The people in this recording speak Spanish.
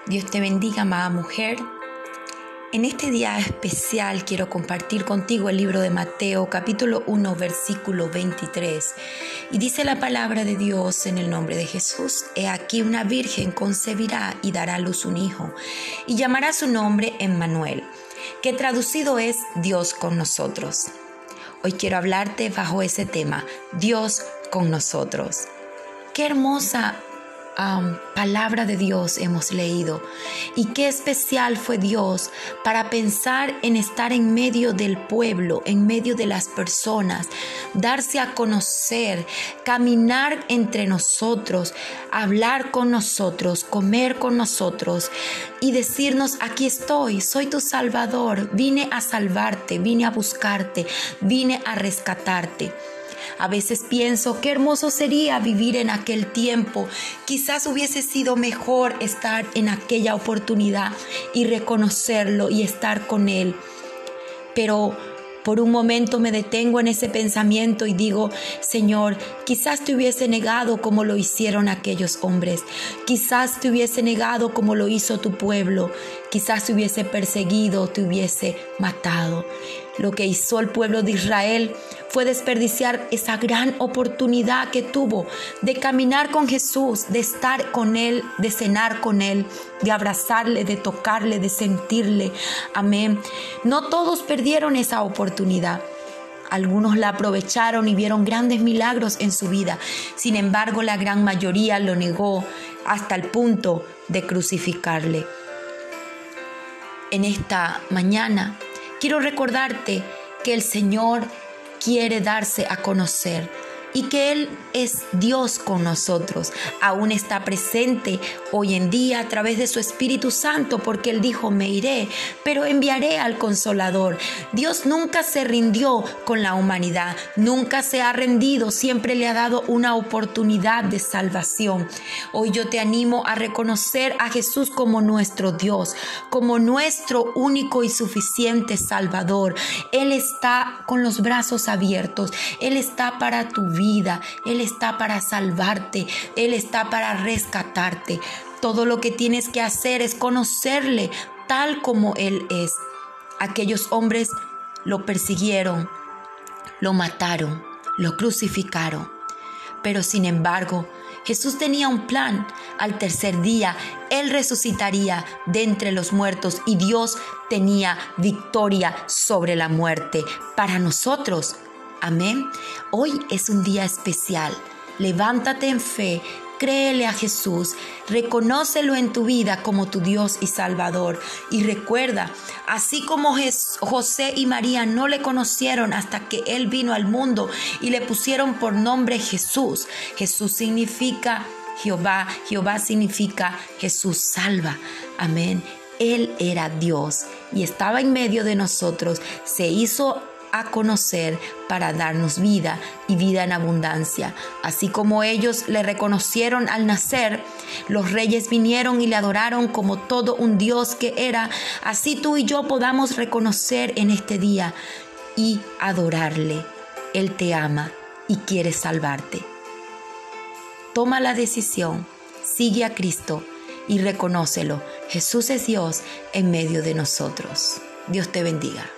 Dios te bendiga, amada mujer. En este día especial quiero compartir contigo el libro de Mateo, capítulo 1, versículo 23. Y dice la palabra de Dios en el nombre de Jesús: He aquí una virgen concebirá y dará a luz un hijo, y llamará su nombre Emmanuel, que traducido es Dios con nosotros. Hoy quiero hablarte bajo ese tema, Dios con nosotros. Qué hermosa palabra de Dios hemos leído, y qué especial fue Dios para pensar en estar en medio del pueblo, en medio de las personas, darse a conocer, caminar entre nosotros, hablar con nosotros, comer con nosotros y decirnos: aquí estoy, soy tu Salvador, vine a salvarte, vine a buscarte, vine a rescatarte. A veces pienso qué hermoso sería vivir en aquel tiempo. Quizás hubiese sido mejor estar en aquella oportunidad y reconocerlo y estar con Él. Pero por un momento me detengo en ese pensamiento y digo: Señor, quizás te hubiese negado como lo hicieron aquellos hombres. Quizás te hubiese negado como lo hizo tu pueblo. Quizás te hubiese perseguido, te hubiese matado. Lo que hizo el pueblo de Israel fue desperdiciar esa gran oportunidad que tuvo de caminar con Jesús, de estar con Él, de cenar con Él, de abrazarle, de tocarle, de sentirle. Amén. No todos perdieron esa oportunidad. Algunos la aprovecharon y vieron grandes milagros en su vida. Sin embargo, la gran mayoría lo negó hasta el punto de crucificarle. En esta mañana quiero recordarte que el Señor quiere darse a conocer y que Él es Dios con nosotros. Aún está presente hoy en día a través de su Espíritu Santo, porque Él dijo: me iré, pero enviaré al Consolador. Dios nunca se rindió con la humanidad, nunca se ha rendido, siempre le ha dado una oportunidad de salvación. Hoy yo te animo a reconocer a Jesús como nuestro Dios, como nuestro único y suficiente Salvador. Él está con los brazos abiertos, Él está para tu vida, Él está para salvarte, Él está para rescatarte. Todo lo que tienes que hacer es conocerle tal como Él es. Aquellos hombres lo persiguieron, lo mataron, lo crucificaron, pero sin embargo Jesús tenía un plan. Al tercer día Él resucitaría de entre los muertos y Dios tenía victoria sobre la muerte para nosotros. Amén. Hoy es un día especial. Levántate en fe, créele a Jesús, reconócelo en tu vida como tu Dios y Salvador. Y recuerda, así como José y María no le conocieron hasta que Él vino al mundo y le pusieron por nombre Jesús. Jesús significa Jehová, Jehová significa Jesús salva. Amén. Él era Dios y estaba en medio de nosotros. Se hizo a conocer para darnos vida y vida en abundancia. Así como ellos le reconocieron al nacer, los reyes vinieron y le adoraron como todo un Dios que era. Así tú y yo podamos reconocer en este día y adorarle. Él te ama y quiere salvarte. Toma la decisión, sigue a Cristo y reconócelo. Jesús es Dios en medio de nosotros. Dios te bendiga.